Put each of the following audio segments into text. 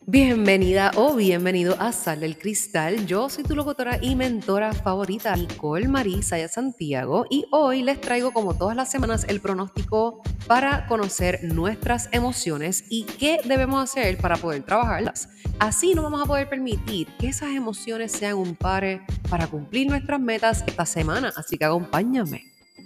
Bienvenida o bienvenido a Sal del Cristal. Yo soy tu locutora y mentora favorita, Nicole Marisaya Santiago, y hoy les traigo, como todas las semanas, el pronóstico para conocer nuestras emociones y qué debemos hacer para poder trabajarlas. Así no vamos a poder permitir que esas emociones sean un pare para cumplir nuestras metas esta semana, así que acompáñame.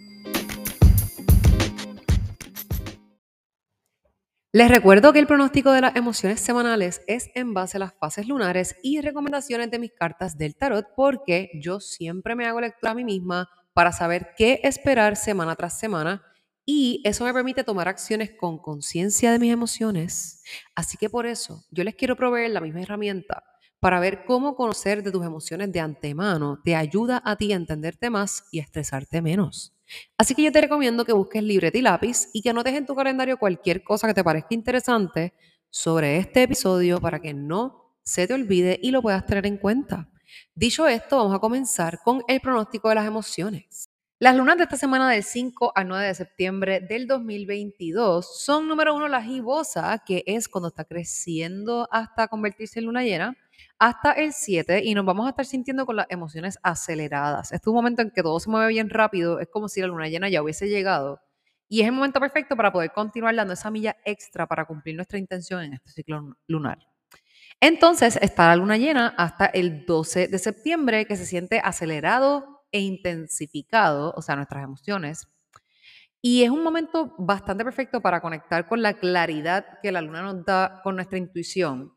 Les recuerdo que el pronóstico de las emociones semanales es en base a las fases lunares y recomendaciones de mis cartas del tarot, porque yo siempre me hago lectura a mí misma para saber qué esperar semana tras semana, y eso me permite tomar acciones con conciencia de mis emociones. Así que por eso yo les quiero proveer la misma herramienta para ver cómo conocer de tus emociones de antemano te ayuda a ti a entenderte más y a estresarte menos. Así que yo te recomiendo que busques libreta y lápiz y que anotes en tu calendario cualquier cosa que te parezca interesante sobre este episodio para que no se te olvide y lo puedas tener en cuenta. Dicho esto, vamos a comenzar con el pronóstico de las emociones. Las lunas de esta semana del 5 al 9 de septiembre del 2022 son, número uno, la gibosa, que es cuando está creciendo hasta convertirse en luna llena, hasta el 7, y nos vamos a estar sintiendo con las emociones aceleradas. Este es un momento en que todo se mueve bien rápido, es como si la luna llena ya hubiese llegado, y es el momento perfecto para poder continuar dando esa milla extra para cumplir nuestra intención en este ciclo lunar. Entonces está la luna llena hasta el 12 de septiembre, que se siente acelerado e intensificado, o sea, nuestras emociones. Y es un momento bastante perfecto para conectar con la claridad que la luna nos da con nuestra intuición,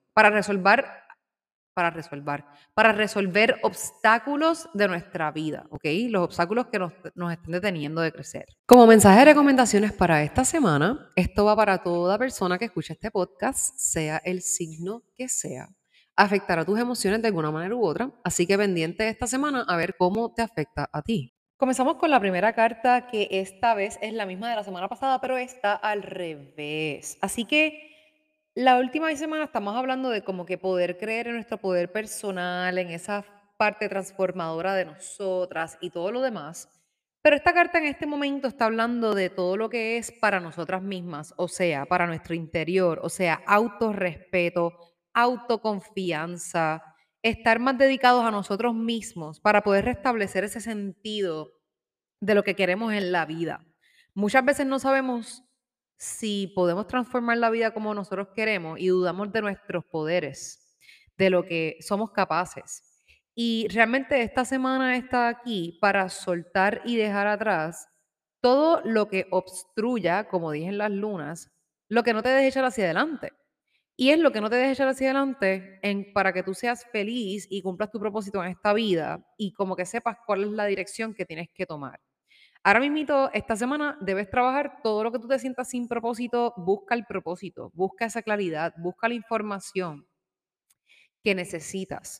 para resolver, para resolver obstáculos de nuestra vida, ¿ok? Los obstáculos que nos estén deteniendo de crecer. Como mensaje de recomendaciones para esta semana, esto va para toda persona que escuche este podcast, sea el signo que sea. Afectará tus emociones de alguna manera u otra, así que pendiente esta semana a ver cómo te afecta a ti. Comenzamos con la primera carta, que esta vez es la misma de la semana pasada, pero está al revés. Así que la última semana estamos hablando de como que poder creer en nuestro poder personal, en esa parte transformadora de nosotras y todo lo demás. Pero esta carta en este momento está hablando de todo lo que es para nosotras mismas, o sea, para nuestro interior, o sea, autorrespeto, autoconfianza, estar más dedicados a nosotros mismos para poder restablecer ese sentido de lo que queremos en la vida. Muchas veces no sabemos si podemos transformar la vida como nosotros queremos y dudamos de nuestros poderes, de lo que somos capaces. Y realmente esta semana está aquí para soltar y dejar atrás todo lo que obstruya, como dije en las lunas, lo que no te deje echar hacia adelante. Y es lo que no te deje echar hacia adelante para que tú seas feliz y cumplas tu propósito en esta vida y como que sepas cuál es la dirección que tienes que tomar. Ahora mismito, esta semana debes trabajar todo lo que tú te sientas sin propósito, busca el propósito, busca esa claridad, busca la información que necesitas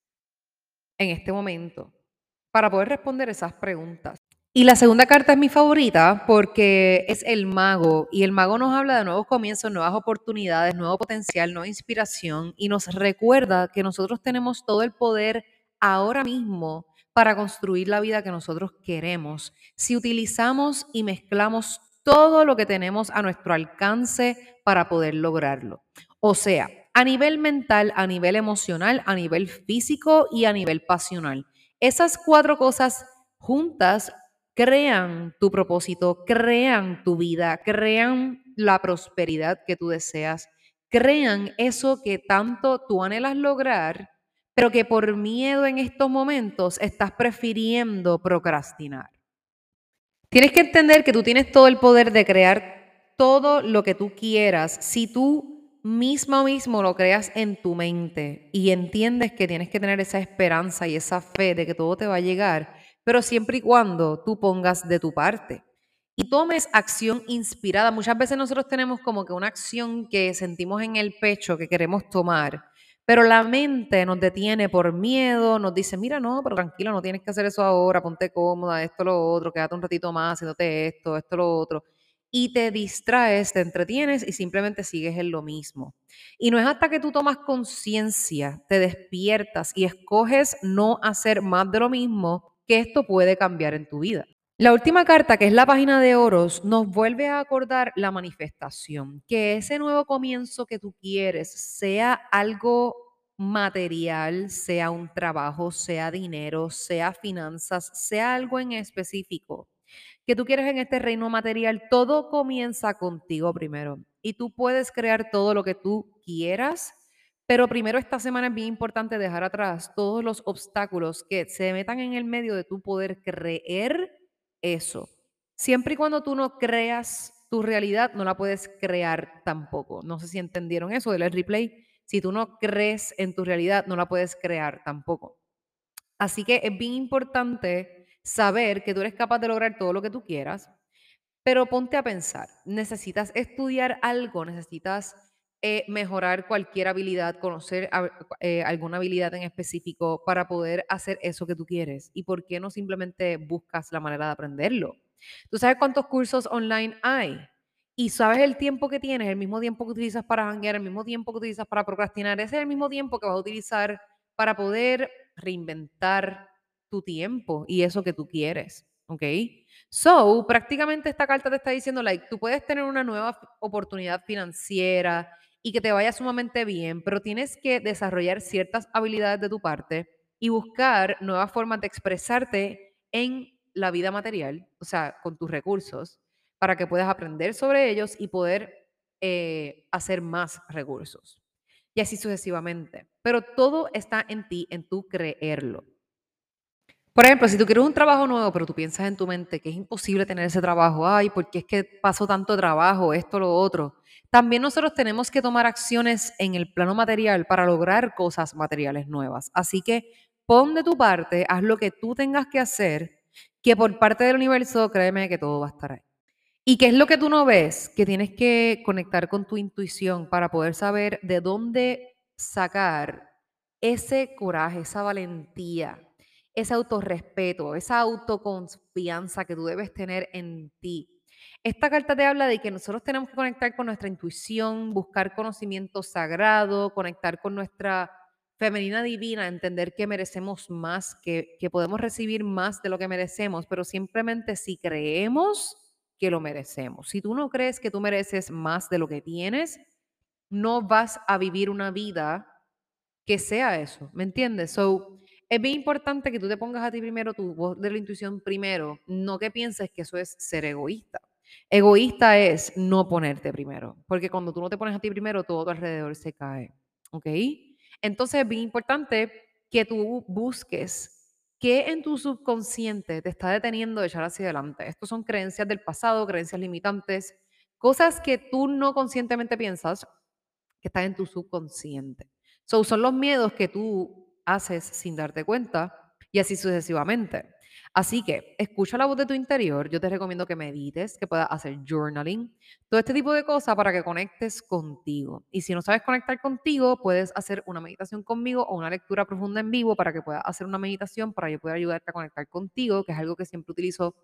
en este momento para poder responder esas preguntas. Y la segunda carta es mi favorita porque es el mago, y el mago nos habla de nuevos comienzos, nuevas oportunidades, nuevo potencial, nueva inspiración, y nos recuerda que nosotros tenemos todo el poder ahora mismo para construir la vida que nosotros queremos si utilizamos y mezclamos todo lo que tenemos a nuestro alcance para poder lograrlo. O sea, a nivel mental, a nivel emocional, a nivel físico y a nivel pasional. Esas cuatro cosas juntas crean tu propósito, crean tu vida, crean la prosperidad que tú deseas, crean eso que tanto tú anhelas lograr, pero que por miedo en estos momentos estás prefiriendo procrastinar. Tienes que entender que tú tienes todo el poder de crear todo lo que tú quieras si tú misma o mismo lo creas en tu mente y entiendes que tienes que tener esa esperanza y esa fe de que todo te va a llegar, pero siempre y cuando tú pongas de tu parte y tomes acción inspirada. Muchas veces nosotros tenemos como que una acción que sentimos en el pecho que queremos tomar, pero la mente nos detiene por miedo, nos dice, mira, no, pero tranquilo, no tienes que hacer eso ahora, ponte cómoda, esto, lo otro, quédate un ratito más haciéndote esto, lo otro. Y te distraes, te entretienes y simplemente sigues en lo mismo. Y no es hasta que tú tomas conciencia, te despiertas y escoges no hacer más de lo mismo que esto puede cambiar en tu vida. La última carta, que es la página de oros, nos vuelve a acordar la manifestación, que ese nuevo comienzo que tú quieres sea algo material, sea un trabajo, sea dinero, sea finanzas, sea algo en específico que tú quieres en este reino material, todo comienza contigo primero. Y tú puedes crear todo lo que tú quieras, pero primero esta semana es bien importante dejar atrás todos los obstáculos que se metan en el medio de tu poder creer eso. Siempre y cuando tú no creas tu realidad, no la puedes crear tampoco. No sé si entendieron eso del replay. Si tú no crees en tu realidad, no la puedes crear tampoco. Así que es bien importante saber que tú eres capaz de lograr todo lo que tú quieras, pero ponte a pensar, necesitas estudiar algo, necesitas mejorar cualquier habilidad, conocer alguna habilidad en específico para poder hacer eso que tú quieres. ¿Y por qué no simplemente buscas la manera de aprenderlo? ¿Tú sabes cuántos cursos online hay? Y sabes el tiempo que tienes, el mismo tiempo que utilizas para janguear, el mismo tiempo que utilizas para procrastinar, ese es el mismo tiempo que vas a utilizar para poder reinventar tu tiempo y eso que tú quieres, ¿ok? So, prácticamente esta carta te está diciendo, like, tú puedes tener una nueva oportunidad financiera y que te vaya sumamente bien, pero tienes que desarrollar ciertas habilidades de tu parte y buscar nuevas formas de expresarte en la vida material, o sea, con tus recursos, para que puedas aprender sobre ellos y poder hacer más recursos. Y así sucesivamente. Pero todo está en ti, en tu creerlo. Por ejemplo, si tú quieres un trabajo nuevo, pero tú piensas en tu mente que es imposible tener ese trabajo, ay, porque es que pasó tanto trabajo, esto, lo otro. También nosotros tenemos que tomar acciones en el plano material para lograr cosas materiales nuevas. Así que pon de tu parte, haz lo que tú tengas que hacer, que por parte del universo, créeme que todo va a estar ahí. ¿Y qué es lo que tú no ves? Que tienes que conectar con tu intuición para poder saber de dónde sacar ese coraje, esa valentía, ese autorrespeto, esa autoconfianza que tú debes tener en ti. Esta carta te habla de que nosotros tenemos que conectar con nuestra intuición, buscar conocimiento sagrado, conectar con nuestra femenina divina, entender que merecemos más, que podemos recibir más de lo que merecemos, pero simplemente si creemos que lo merecemos. Si tú no crees que tú mereces más de lo que tienes, no vas a vivir una vida que sea eso, ¿me entiendes? So, es bien importante que tú te pongas a ti primero, tu voz de la intuición primero, no que pienses que eso es ser egoísta. Egoísta es no ponerte primero, porque cuando tú no te pones a ti primero, todo a tu alrededor se cae, ¿ok? Entonces es bien importante que tú busques qué en tu subconsciente te está deteniendo de echar hacia adelante. Estos son creencias del pasado, creencias limitantes, cosas que tú no conscientemente piensas que están en tu subconsciente. So, son los miedos que tú haces sin darte cuenta y así sucesivamente. Así que escucha la voz de tu interior. Yo te recomiendo que medites, que puedas hacer journaling, todo este tipo de cosas para que conectes contigo. Y si no sabes conectar contigo, puedes hacer una meditación conmigo o una lectura profunda en vivo para que puedas hacer una meditación para yo poder ayudarte a conectar contigo, que es algo que siempre utilizo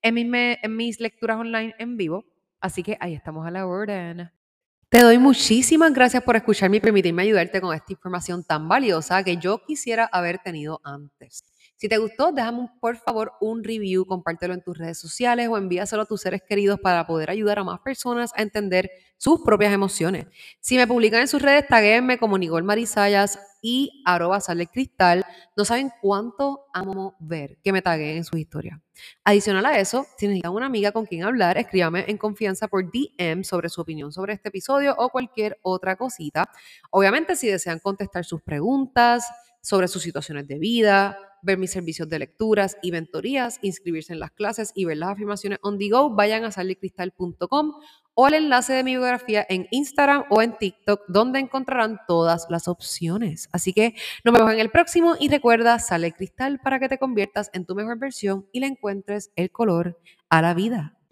en mis lecturas online en vivo. Así que ahí estamos a la orden. Te doy muchísimas gracias por escucharme y permitirme ayudarte con esta información tan valiosa que yo quisiera haber tenido antes. Si te gustó, déjame por favor un review, compártelo en tus redes sociales o envíaselo a tus seres queridos para poder ayudar a más personas a entender sus propias emociones. Si me publican en sus redes, taguéenme como Nicole Marisayas y @salecristal. No saben cuánto amo ver que me taguen en sus historias. Adicional a eso, si necesitan una amiga con quien hablar, escríbame en confianza por DM sobre su opinión sobre este episodio o cualquier otra cosita. Obviamente, si desean contestar sus preguntas sobre sus situaciones de vida, ver mis servicios de lecturas y mentorías, inscribirse en las clases y ver las afirmaciones on the go, vayan a sallycristal.com o al enlace de mi biografía en Instagram o en TikTok, donde encontrarán todas las opciones. Así que nos vemos en el próximo y recuerda, sale cristal para que te conviertas en tu mejor versión y le encuentres el color a la vida.